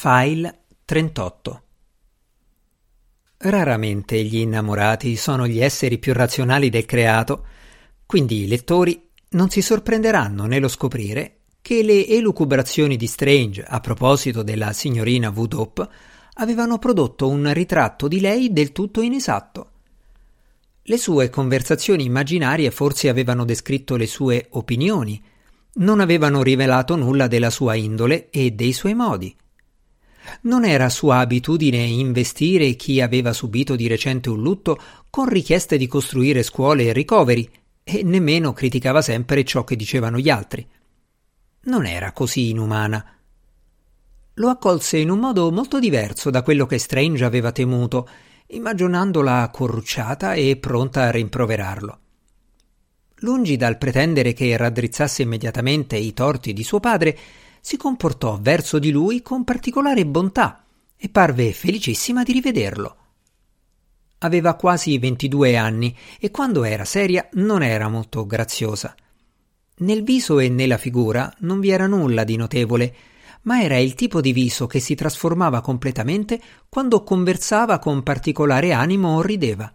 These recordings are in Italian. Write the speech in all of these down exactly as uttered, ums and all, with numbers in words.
File trentotto. Raramente gli innamorati sono gli esseri più razionali del creato, quindi i lettori non si sorprenderanno nello scoprire che le elucubrazioni di Strange a proposito della signorina Woodhope avevano prodotto un ritratto di lei del tutto inesatto. Le sue conversazioni immaginarie forse avevano descritto le sue opinioni, non avevano rivelato nulla della sua indole e dei suoi modi. Non era sua abitudine investire chi aveva subito di recente un lutto con richieste di costruire scuole e ricoveri, e nemmeno criticava sempre ciò che dicevano gli altri. Non era così inumana. Lo accolse in un modo molto diverso da quello che Strange aveva temuto, immaginandola corrucciata e pronta a rimproverarlo. Lungi dal pretendere che raddrizzasse immediatamente i torti di suo padre, si comportò verso di lui con particolare bontà e parve felicissima di rivederlo. Aveva quasi ventidue anni e quando era seria non era molto graziosa. Nel viso e nella figura non vi era nulla di notevole, ma era il tipo di viso che si trasformava completamente quando conversava con particolare animo o rideva.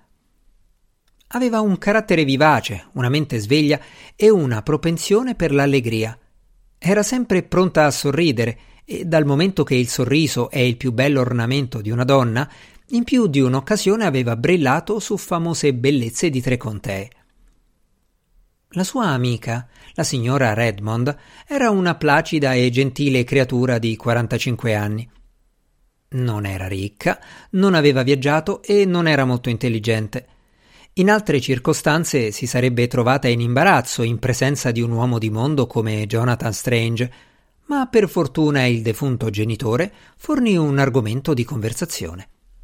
Aveva un carattere vivace, una mente sveglia e una propensione per l'allegria. Era sempre pronta a sorridere e, dal momento che il sorriso è il più bello ornamento di una donna, in più di un'occasione aveva brillato su famose bellezze di tre contee. La sua amica, la signora Redmond, era una placida e gentile creatura di quarantacinque anni. Non era ricca, non aveva viaggiato e non era molto intelligente. In altre circostanze si sarebbe trovata in imbarazzo in presenza di un uomo di mondo come Jonathan Strange, ma per fortuna il defunto genitore fornì un argomento di conversazione.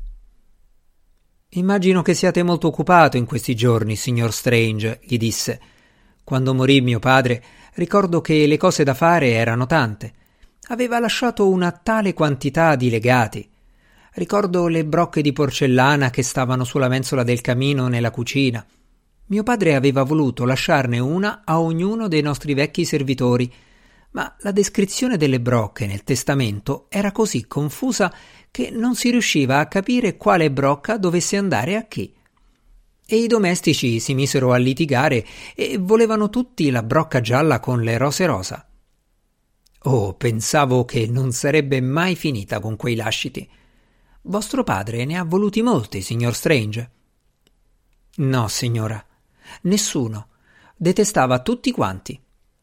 «Immagino che siate molto occupato in questi giorni, signor Strange», gli disse. «Quando morì mio padre, ricordo che le cose da fare erano tante. Aveva lasciato una tale quantità di legati. Ricordo le brocche di porcellana che stavano sulla mensola del camino nella cucina. Mio padre aveva voluto lasciarne una a ognuno dei nostri vecchi servitori, ma la descrizione delle brocche nel testamento era così confusa che non si riusciva a capire quale brocca dovesse andare a chi. E i domestici si misero a litigare e volevano tutti la brocca gialla con le rose rosa. Oh, pensavo che non sarebbe mai finita con quei lasciti. Vostro padre ne ha voluti molti, signor Strange?» «No, signora. Nessuno. Detestava tutti quanti».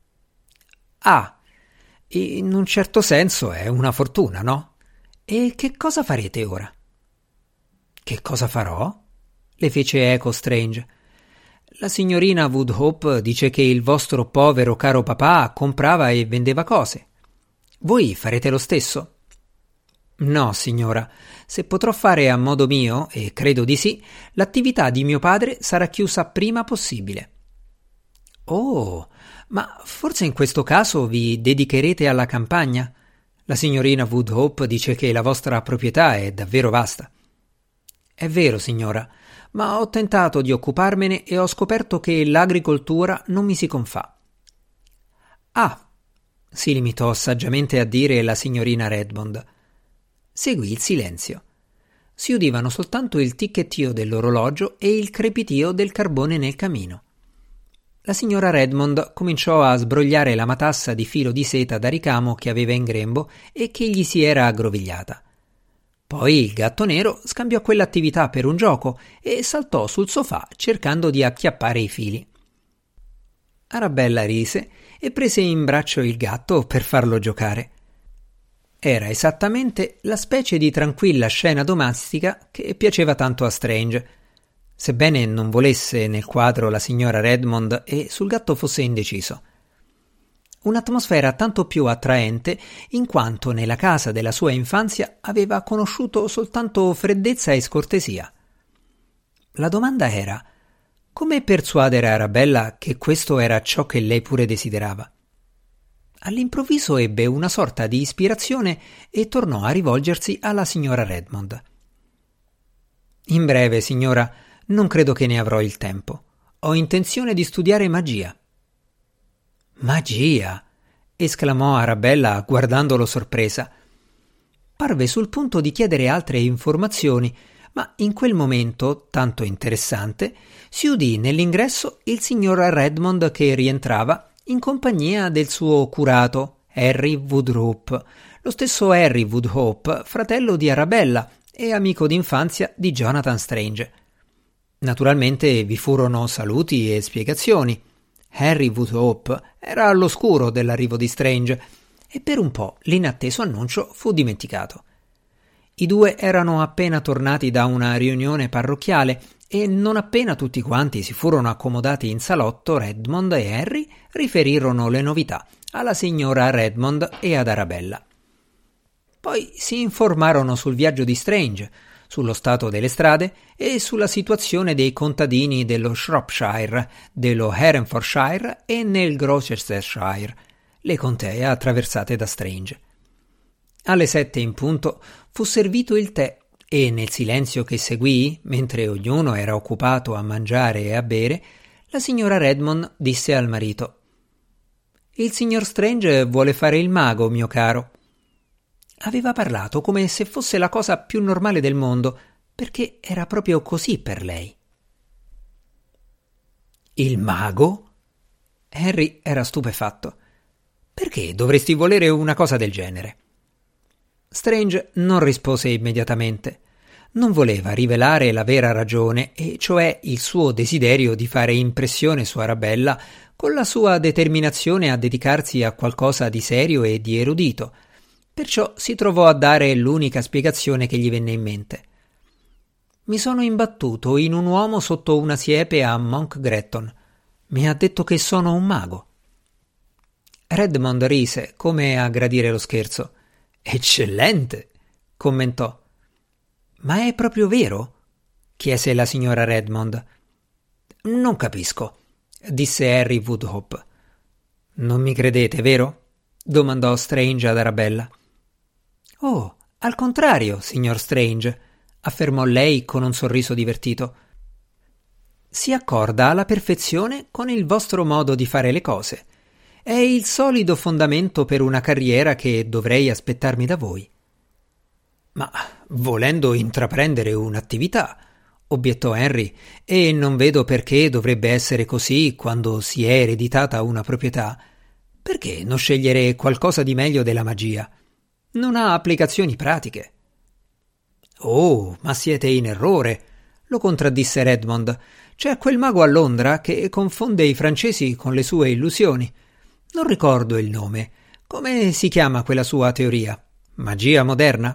«Ah, in un certo senso è una fortuna, no? E che cosa farete ora?» «Che cosa farò?» le fece eco Strange. «La signorina Woodhope dice che il vostro povero caro papà comprava e vendeva cose. Voi farete lo stesso?» «No, signora. Se potrò fare a modo mio, e credo di sì, l'attività di mio padre sarà chiusa prima possibile». «Oh, ma forse in questo caso vi dedicherete alla campagna? La signorina Woodhope dice che la vostra proprietà è davvero vasta». «È vero, signora, ma ho tentato di occuparmene e ho scoperto che l'agricoltura non mi si confà». «Ah», si limitò saggiamente a dire la signorina Redmond. Seguì il silenzio. Si udivano soltanto il ticchettio dell'orologio e il crepitio del carbone nel camino. La signora Redmond cominciò a sbrogliare la matassa di filo di seta da ricamo che aveva in grembo e che gli si era aggrovigliata. Poi il gatto nero scambiò quell'attività per un gioco e saltò sul sofà cercando di acchiappare i fili. Arabella rise e prese in braccio il gatto per farlo giocare. Era esattamente la specie di tranquilla scena domestica che piaceva tanto a Strange, sebbene non volesse nel quadro la signora Redmond e sul gatto fosse indeciso. Un'atmosfera tanto più attraente in quanto nella casa della sua infanzia aveva conosciuto soltanto freddezza e scortesia. La domanda era: come persuadere Arabella che questo era ciò che lei pure desiderava? All'improvviso ebbe una sorta di ispirazione e tornò a rivolgersi alla signora Redmond. «In breve, signora, non credo che ne avrò il tempo. Ho intenzione di studiare magia». «Magia!» esclamò Arabella guardandolo sorpresa. parve sul punto di chiedere altre informazioni, ma in quel momento, tanto interessante, si udì nell'ingresso il signor Redmond che rientrava in compagnia del suo curato, Harry Woodhope, lo stesso Harry Woodhope, fratello di Arabella e amico d'infanzia di Jonathan Strange. Naturalmente vi furono saluti e spiegazioni. Harry Woodhope era all'oscuro dell'arrivo di Strange e per un po' l'inatteso annuncio fu dimenticato. I due erano appena tornati da una riunione parrocchiale e non appena tutti quanti si furono accomodati in salotto, Redmond e Harry riferirono le novità alla signora Redmond e ad Arabella. Poi si informarono sul viaggio di Strange, sullo stato delle strade e sulla situazione dei contadini dello Shropshire, dello Herefordshire e nel Gloucestershire, le contee attraversate da Strange. Alle sette in punto fu servito il tè e nel silenzio che seguì, mentre ognuno era occupato a mangiare e a bere, la signora Redmond disse al marito: «Il signor Strange vuole fare il mago, mio caro». Aveva parlato come se fosse la cosa più normale del mondo, perché era proprio così per lei. «Il mago?» Harry era stupefatto. «Perché dovresti volere una cosa del genere?» Strange non rispose immediatamente. Non voleva rivelare la vera ragione, e cioè il suo desiderio di fare impressione su Arabella con la sua determinazione a dedicarsi a qualcosa di serio e di erudito. Perciò si trovò a dare l'unica spiegazione che gli venne in mente. «Mi sono imbattuto in un uomo sotto una siepe a Monk Gretton. Mi ha detto che sono un mago». Redmond rise, come a gradire lo scherzo. «Eccellente!» commentò. «Ma è proprio vero?» chiese la signora Redmond. «Non capisco», disse Harry Woodhope. «Non mi credete, vero?» domandò Strange ad Arabella. «Oh, al contrario, signor Strange», affermò lei con un sorriso divertito. «Si accorda alla perfezione con il vostro modo di fare le cose. È il solido fondamento per una carriera che dovrei aspettarmi da voi». «Ma volendo intraprendere un'attività», obiettò Henry, «e non vedo perché dovrebbe essere così quando si è ereditata una proprietà. Perché non scegliere qualcosa di meglio della magia? Non ha applicazioni pratiche». «Oh, ma siete in errore», lo contraddisse Redmond. «C'è quel mago a Londra che confonde i francesi con le sue illusioni. Non ricordo il nome. Come si chiama quella sua teoria? Magia moderna?»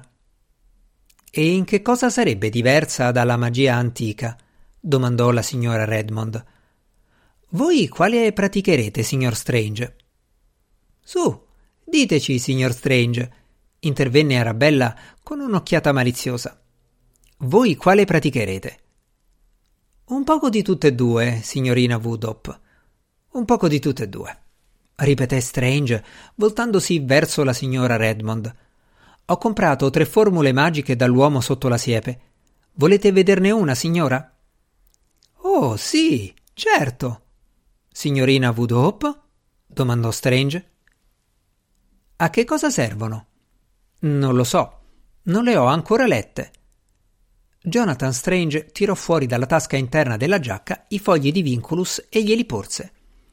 «E in che cosa sarebbe diversa dalla magia antica?» domandò la signora Redmond. «Voi quale praticherete, signor Strange?» «Su, diteci, signor Strange», intervenne Arabella con un'occhiata maliziosa. «Voi quale praticherete?» «Un poco di tutte e due, signorina Woodhope. Un poco di tutte e due», ripeté Strange, voltandosi verso la signora Redmond. «Ho comprato tre formule magiche dall'uomo sotto la siepe. Volete vederne una, signora?» «Oh, sì, certo». «Signorina Woodhope?» domandò Strange. «A che cosa servono?» «Non lo so. Non le ho ancora lette». Jonathan Strange tirò fuori dalla tasca interna della giacca i fogli di Vinculus e glieli porse.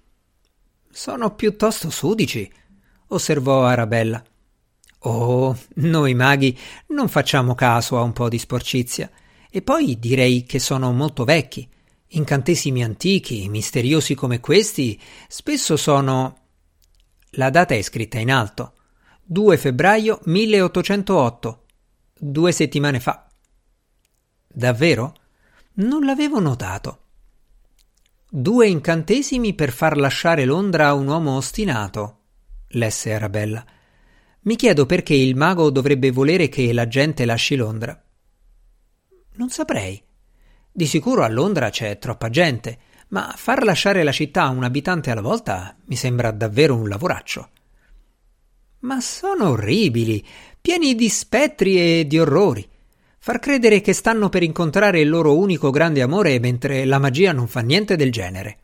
«Sono piuttosto sudici», osservò Arabella. «Oh, noi maghi non facciamo caso a un po' di sporcizia. E poi direi che sono molto vecchi. Incantesimi antichi, misteriosi come questi, spesso sono...» La data è scritta in alto. due febbraio milleottocentootto. Due settimane fa. «Davvero? Non l'avevo notato». «Due incantesimi per far lasciare Londra a un uomo ostinato», lesse Arabella. «Mi chiedo perché il mago dovrebbe volere che la gente lasci Londra». «Non saprei. Di sicuro a Londra c'è troppa gente, ma far lasciare la città a un abitante alla volta mi sembra davvero un lavoraccio». «Ma sono orribili, pieni di spettri e di orrori. Far credere che stanno per incontrare il loro unico grande amore mentre la magia non fa niente del genere».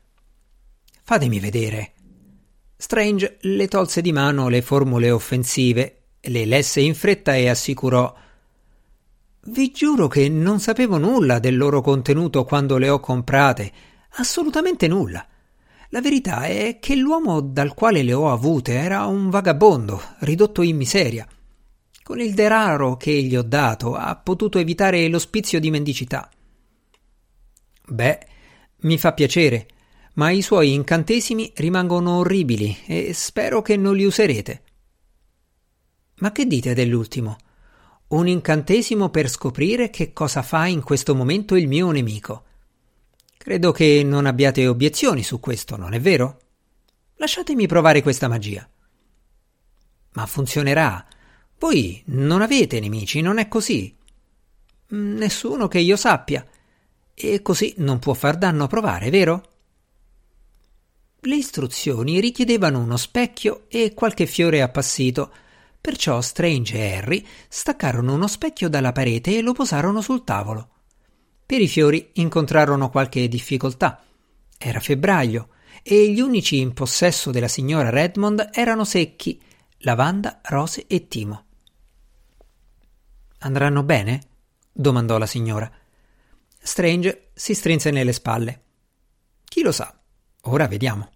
«Fatemi vedere». Strange le tolse di mano le formule offensive Le lesse in fretta e assicurò: «Vi giuro che non sapevo nulla del loro contenuto quando le ho comprate, assolutamente nulla. La verità è che l'uomo dal quale le ho avute era un vagabondo, ridotto in miseria. Con il denaro che gli ho dato ha potuto evitare l'ospizio di mendicità». «Beh, mi fa piacere, ma i suoi incantesimi rimangono orribili e spero che non li userete». «Ma che dite dell'ultimo? Un incantesimo per scoprire che cosa fa in questo momento il mio nemico. Credo che non abbiate obiezioni su questo, non è vero? Lasciatemi provare questa magia». «Ma funzionerà? Voi non avete nemici, non è così?» «Nessuno che io sappia. E così non può far danno a provare, vero?» Le istruzioni richiedevano uno specchio e qualche fiore appassito, perciò Strange e Harry staccarono uno specchio dalla parete e lo posarono sul tavolo. Per i fiori incontrarono qualche difficoltà. Era febbraio e gli unici in possesso della signora Redmond erano secchi: lavanda, rose e timo. «Andranno bene?» domandò la signora. Strange si strinse nelle spalle. «Chi lo sa? Ora vediamo».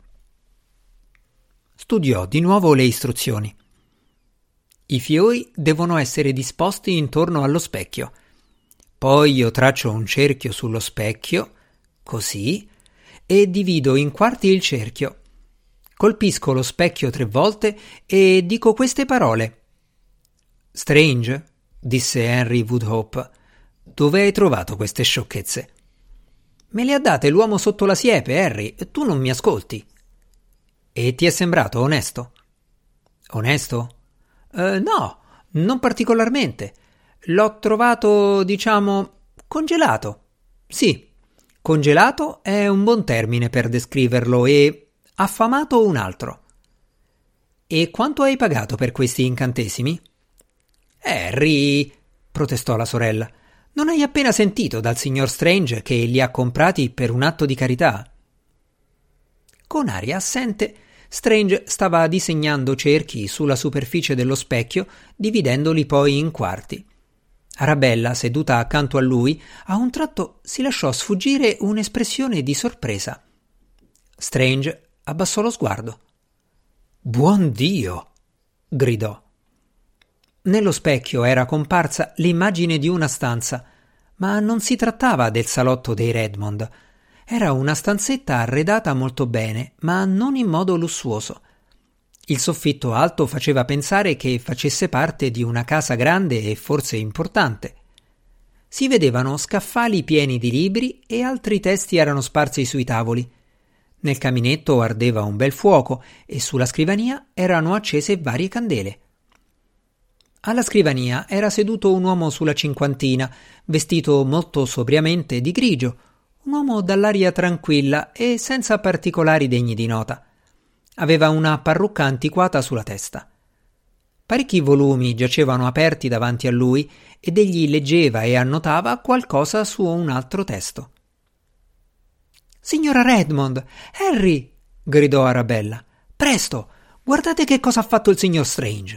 Studiò di nuovo le istruzioni. «I fiori devono essere disposti intorno allo specchio. Poi io traccio un cerchio sullo specchio, così, e divido in quarti il cerchio. Colpisco lo specchio tre volte e dico queste parole». «Strange», disse Henry Woodhope, «dove hai trovato queste sciocchezze?» «Me le ha date l'uomo sotto la siepe, Harry, tu non mi ascolti». «E ti è sembrato onesto?» «Onesto? Uh, no, non particolarmente. L'ho trovato, diciamo, congelato. Sì, congelato è un buon termine per descriverlo, e affamato un altro». «E quanto hai pagato per questi incantesimi?» «Harry», protestò la sorella, «non hai appena sentito dal signor Strange che li ha comprati per un atto di carità?» Con aria assente, Strange stava disegnando cerchi sulla superficie dello specchio, dividendoli poi in quarti. Arabella, seduta accanto a lui, a un tratto si lasciò sfuggire un'espressione di sorpresa. Strange abbassò lo sguardo. «Buon Dio!» gridò. Nello specchio era comparsa l'immagine di una stanza, ma non si trattava del salotto dei Redmond. Era una stanzetta arredata molto bene, ma non in modo lussuoso. Il soffitto alto faceva pensare che facesse parte di una casa grande e forse importante. Si vedevano scaffali pieni di libri e altri testi erano sparsi sui tavoli. Nel caminetto ardeva un bel fuoco e sulla scrivania erano accese varie candele. Alla scrivania era seduto un uomo sulla cinquantina, vestito molto sobriamente di grigio, un uomo dall'aria tranquilla e senza particolari degni di nota. Aveva una parrucca antiquata sulla testa. Parecchi volumi giacevano aperti davanti a lui ed egli leggeva e annotava qualcosa su un altro testo. «Signora Redmond! Harry!» gridò Arabella. «Presto! Guardate che cosa ha fatto il signor Strange!»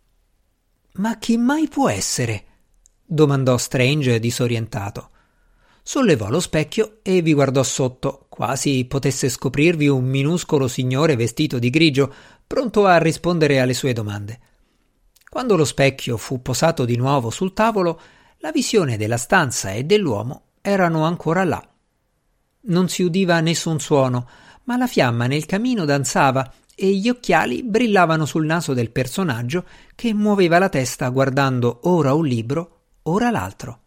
«Ma chi mai può essere?» domandò Strange disorientato. Sollevò lo specchio e vi guardò sotto, quasi potesse scoprirvi un minuscolo signore vestito di grigio, pronto a rispondere alle sue domande. Quando lo specchio fu posato di nuovo sul tavolo, la visione della stanza e dell'uomo erano ancora là. Non si udiva nessun suono, ma la fiamma nel camino danzava e gli occhiali brillavano sul naso del personaggio che muoveva la testa guardando ora un libro, ora l'altro.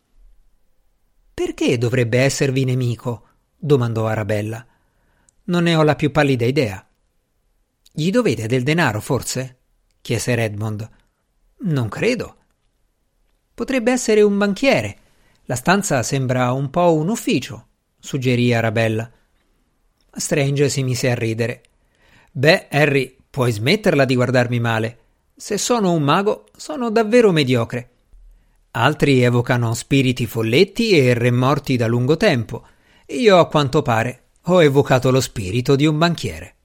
«Perché dovrebbe esservi nemico?» domandò Arabella. «Non ne ho la più pallida idea». «Gli dovete del denaro, forse?» chiese Redmond. «Non credo». «Potrebbe essere un banchiere. La stanza sembra un po' un ufficio», suggerì Arabella. Strange si mise a ridere. «Beh, Harry, puoi smetterla di guardarmi male. Se sono un mago, sono davvero mediocre. Altri evocano spiriti folletti e re morti da lungo tempo. Io, a quanto pare, ho evocato lo spirito di un banchiere».